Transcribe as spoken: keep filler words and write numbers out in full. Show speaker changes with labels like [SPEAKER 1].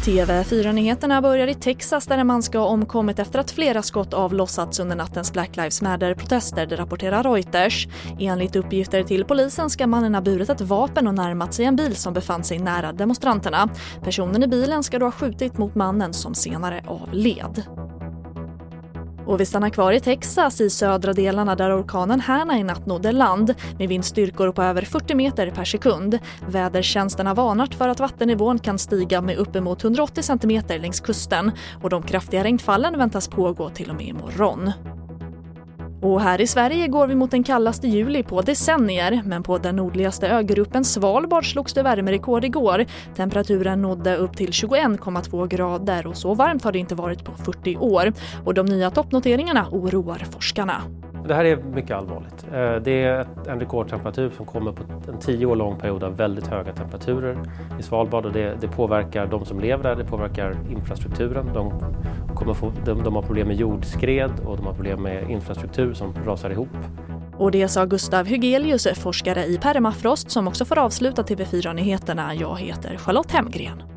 [SPEAKER 1] T V fyra-nyheterna börjar i Texas där en man ska ha omkommit efter att flera skott avlossats under nattens Black Lives Matter-protester, det rapporterar Reuters. Enligt uppgifter till polisen ska mannen ha burit ett vapen och närmat sig en bil som befann sig nära demonstranterna. Personen i bilen ska då ha skjutit mot mannen som senare avled. Och vi stannar kvar i Texas i södra delarna där orkanen Hanna i natt nådde land med vindstyrkor på över fyrtio meter per sekund. Vädertjänsten har varnat för att vattennivån kan stiga med uppemot hundraåttio centimeter längs kusten och de kraftiga regnfallen väntas pågå till och med imorgon. Och här i Sverige går vi mot den kallaste juli på decennier, men på den nordligaste ögruppen Svalbard slogs det värmerekord igår. Temperaturen nådde upp till tjugoen komma två grader och så varmt har det inte varit på fyrtio år. Och de nya toppnoteringarna oroar forskarna.
[SPEAKER 2] Det här är mycket allvarligt. Det är en rekordtemperatur som kommer på en tio år lång period av väldigt höga temperaturer i Svalbard och det, det påverkar de som lever där, det påverkar infrastrukturen. De, kommer få, de, de har problem med jordskred och de har problem med infrastruktur som rasar ihop.
[SPEAKER 1] Och det sa Gustav Hygelius, forskare i permafrost som också får avsluta T V fyra-nyheterna. Jag heter Charlotte Hemgren.